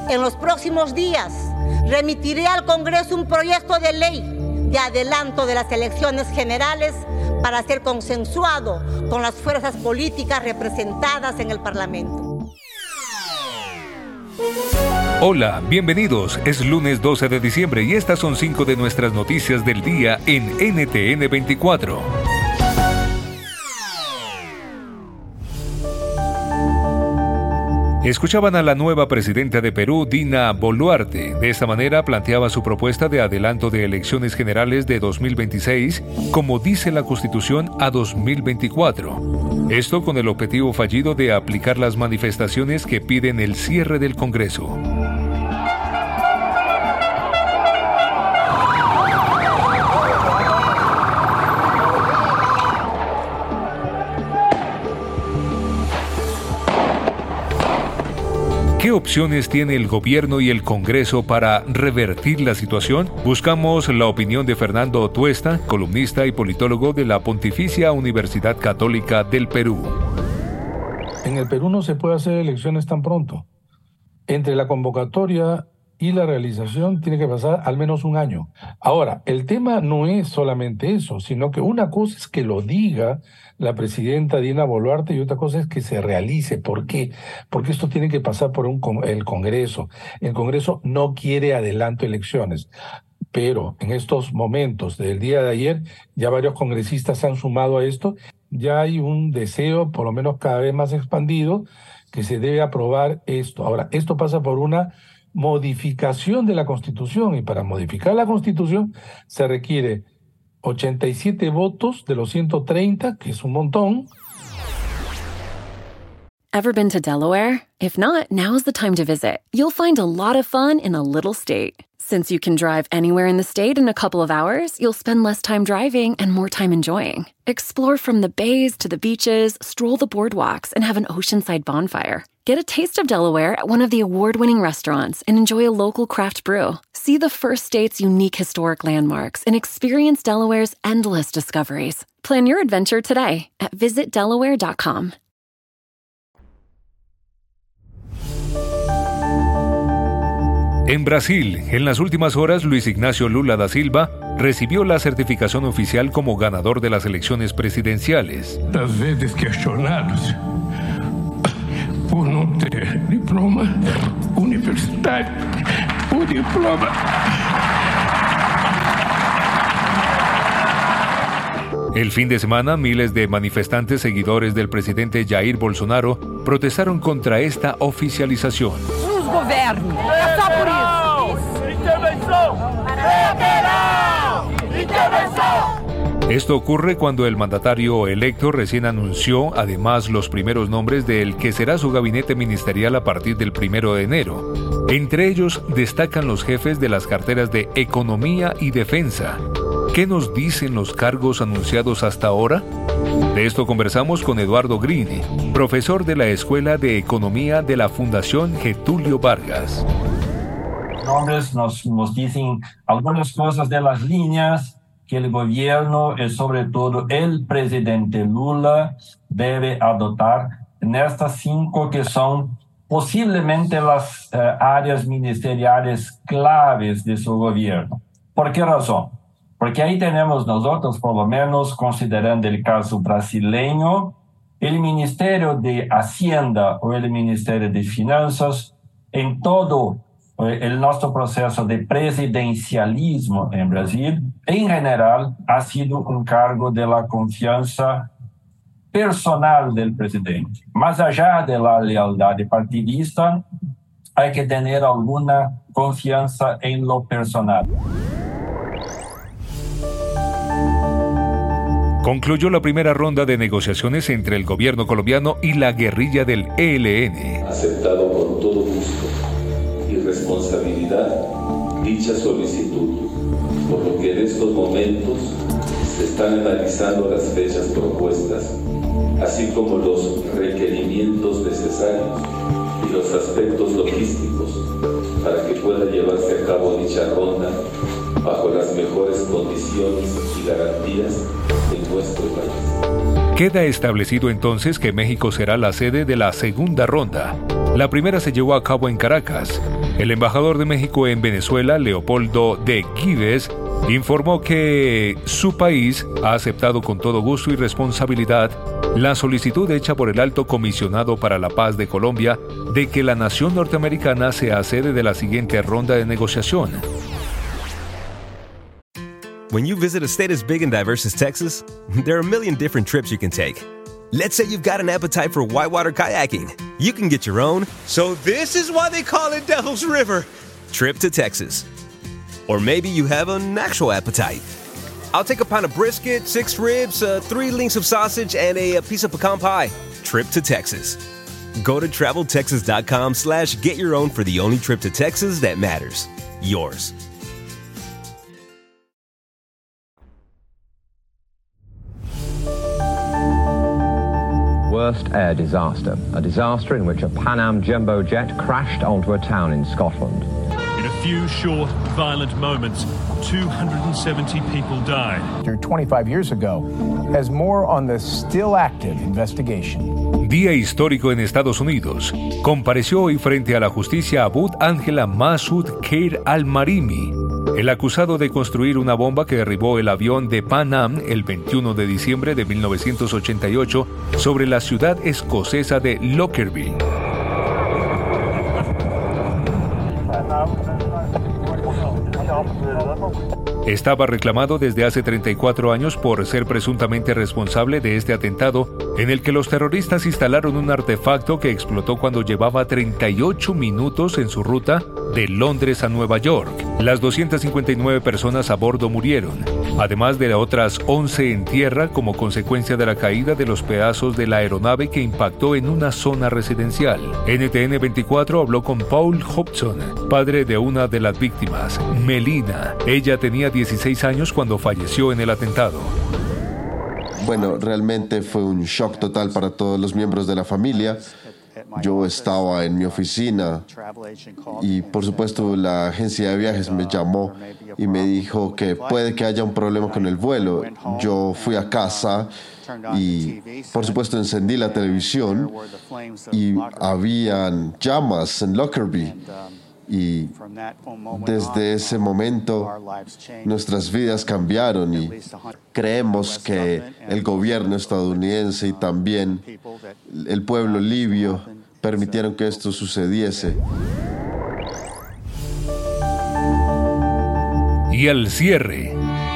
En los próximos días remitiré al Congreso un proyecto de ley de adelanto de las elecciones generales para ser consensuado con las fuerzas políticas representadas en el Parlamento. Hola, bienvenidos. Es lunes 12 de diciembre y estas son 5 de nuestras noticias del día en NTN 24. Escuchaban a la nueva presidenta de Perú, Dina Boluarte. De esta manera planteaba su propuesta de adelanto de elecciones generales de 2026, como dice la Constitución, a 2024. Esto con el objetivo fallido de aplicar las manifestaciones que piden el cierre del Congreso. ¿Qué opciones tiene el gobierno y el Congreso para revertir la situación? Buscamos la opinión de Fernando Tuesta, columnista y politólogo de la Pontificia Universidad Católica del Perú. En el Perú no se puede hacer elecciones tan pronto. Entre la convocatoria y la realización tiene que pasar al menos un año. Ahora, el tema no es solamente eso, sino que una cosa es que lo diga la presidenta Dina Boluarte y otra cosa es que se realice. ¿Por qué? Porque esto tiene que pasar por el Congreso. El Congreso no quiere adelanto de elecciones. Pero en estos momentos del día de ayer, ya varios congresistas se han sumado a esto. Ya hay un deseo, por lo menos cada vez más expandido, que se debe aprobar esto. Ahora, esto pasa por una modificación de la Constitución, y para modificar la Constitución se requiere 87 votos de los 130, que es un montón. Ever been to Delaware? If not, now's the time to visit. You'll find a lot of fun in a little state. Since you can drive anywhere in the state in a couple of hours, you'll spend less time driving and more time enjoying. Explore from the bays to the beaches, stroll the boardwalks, and have an oceanside bonfire. Get a taste of Delaware at one of the award-winning restaurants and enjoy a local craft brew. See the first state's unique historic landmarks and experience Delaware's endless discoveries. Plan your adventure today at visitdelaware.com. En Brasil, en las últimas horas, Luis Ignacio Lula da Silva recibió la certificación oficial como ganador de las elecciones presidenciales. Das vezes questionados por não ter diploma universitário, o diploma. El fin de semana, miles de manifestantes seguidores del presidente Jair Bolsonaro protestaron contra esta oficialización. Governo. É só por isso. Intervenção! Intervenção! Esto ocurre cuando el mandatario electo recién anunció además los primeros nombres del que será su gabinete ministerial a partir del 1 de enero. Entre ellos destacan los jefes de las carteras de Economía y Defensa. ¿Qué nos dicen los cargos anunciados hasta ahora? De esto conversamos con Eduardo Grini, profesor de la Escuela de Economía de la Fundación Getúlio Vargas. Los nombres nos dicen algunas cosas de las líneas que el gobierno y sobre todo el presidente Lula debe adoptar en estas 5 que son posiblemente las áreas ministeriales claves de su gobierno. ¿Por qué razón? Porque ahí tenemos nosotros, por lo menos, considerando el caso brasileño, el Ministerio de Hacienda o el Ministerio de Finanzas, en todo el nuestro proceso de presidencialismo en Brasil, en general, ha sido un cargo de la confianza personal del presidente. Más allá de la lealtad partidista, hay que tener alguna confianza en lo personal. Concluyó la primera ronda de negociaciones entre el gobierno colombiano y la guerrilla del ELN. Aceptado con todo gusto y responsabilidad dicha solicitud, por lo que en estos momentos se están analizando las fechas propuestas, así como los requerimientos necesarios y los aspectos logísticos para que pueda llevarse a cabo dicha ronda bajo las mejores condiciones y garantías en nuestro país. Queda establecido entonces que México será la sede de la segunda ronda. La primera se llevó a cabo en Caracas. El embajador de México en Venezuela, Leopoldo de Gives, informó que su país ha aceptado con todo gusto y responsabilidad la solicitud hecha por el Alto Comisionado para la Paz de Colombia de que la nación norteamericana sea sede de la siguiente ronda de negociación. When you visit a state as big and diverse as Texas, there are a million different trips you can take. Let's say you've got an appetite for whitewater kayaking. You can get your own, so this is why they call it Devil's River, trip to Texas. Or maybe you have an actual appetite. I'll take a pound of brisket, 6 ribs, 3 links of sausage, and a piece of pecan pie. Trip to Texas. Go to TravelTexas.com/get your own for the only trip to Texas that matters. Yours. Worst air disaster. A disaster in which a Pan Am jumbo jet crashed onto a town in Scotland. In a few short, violent moments, 270 people died. 25 years ago has more on the still active investigation. Día histórico en Estados Unidos. Compareció hoy frente a la justicia Abu Ángela Massoud Khair al-Marimi, el acusado de construir una bomba que derribó el avión de Pan Am el 21 de diciembre de 1988 sobre la ciudad escocesa de Lockerbie. Estaba reclamado desde hace 34 años por ser presuntamente responsable de este atentado en el que los terroristas instalaron un artefacto que explotó cuando llevaba 38 minutos en su ruta de Londres a Nueva York. Las 259 personas a bordo murieron, además de otras 11 en tierra como consecuencia de la caída de los pedazos de la aeronave que impactó en una zona residencial. NTN 24 habló con Paul Hobson, padre de una de las víctimas, Melina. Ella tenía 16 años cuando falleció en el atentado. Bueno, realmente fue un shock total para todos los miembros de la familia. Yo estaba en mi oficina y, por supuesto, la agencia de viajes me llamó y me dijo que puede que haya un problema con el vuelo. Yo fui a casa y, por supuesto, encendí la televisión y habían llamas en Lockerbie. Y desde ese momento nuestras vidas cambiaron y creemos que el gobierno estadounidense y también el pueblo libio permitieron que esto sucediese. Y al cierre,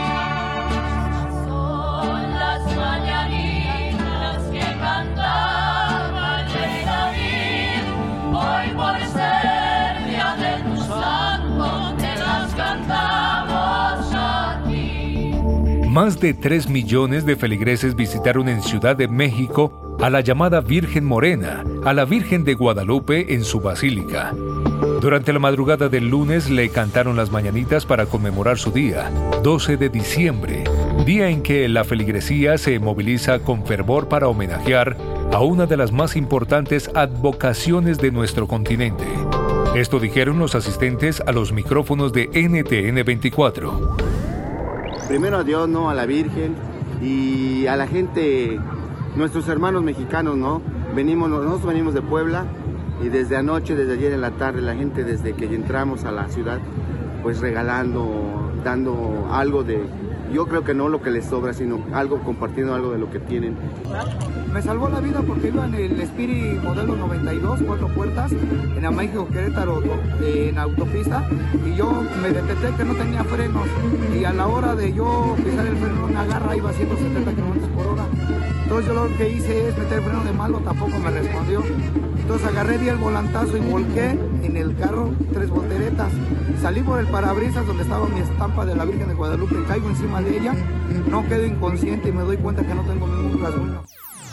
más de 3 millones de feligreses visitaron en Ciudad de México a la llamada Virgen Morena, a la Virgen de Guadalupe en su basílica. Durante la madrugada del lunes le cantaron las mañanitas para conmemorar su día, 12 de diciembre, día en que la feligresía se moviliza con fervor para homenajear a una de las más importantes advocaciones de nuestro continente. Esto dijeron los asistentes a los micrófonos de NTN 24. Primero a Dios, ¿no? A la Virgen y a la gente, nuestros hermanos mexicanos, ¿no? Nosotros venimos de Puebla y desde anoche, desde ayer en la tarde, la gente desde que entramos a la ciudad, pues regalando, dando algo de, yo creo que no lo que les sobra, sino algo, compartiendo algo de lo que tienen. Me salvó la vida porque iba en el Spirit modelo 92, 4 puertas, en Améxico, Querétaro, en autopista, y yo me detecté que no tenía frenos, y a la hora de yo pisar el freno, una garra iba a 170 km/h. Entonces yo lo que hice es meter el freno de mano, tampoco me respondió. Entonces agarré, di el volantazo y volqué en el carro 3 volteretas. Salí por el parabrisas donde estaba mi estampa de la Virgen de Guadalupe, caigo encima de ella, no quedo inconsciente y me doy cuenta que no tengo ningún rasguño.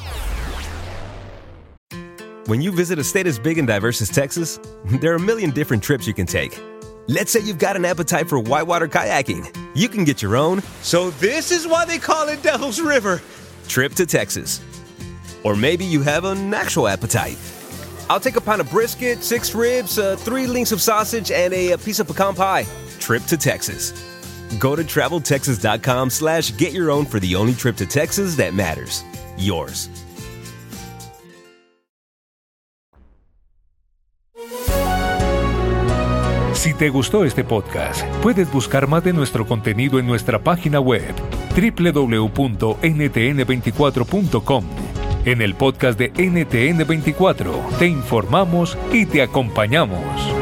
When you visit a state as big and diverse as Texas, there are a million different trips you can take. Let's say you've got an appetite for whitewater kayaking. You can get your own, so this is why they call it Devil's River, trip to Texas. Or maybe you have an actual appetite. I'll take a pound of brisket, 6 ribs, 3 links of sausage, and a piece of pecan pie. Trip to Texas. Go to TravelTexas.com/get your own for the only trip to Texas that matters. Yours. Si te gustó este podcast, puedes buscar más de nuestro contenido en nuestra página web www.ntn24.com. En el podcast de NTN24 te informamos y te acompañamos.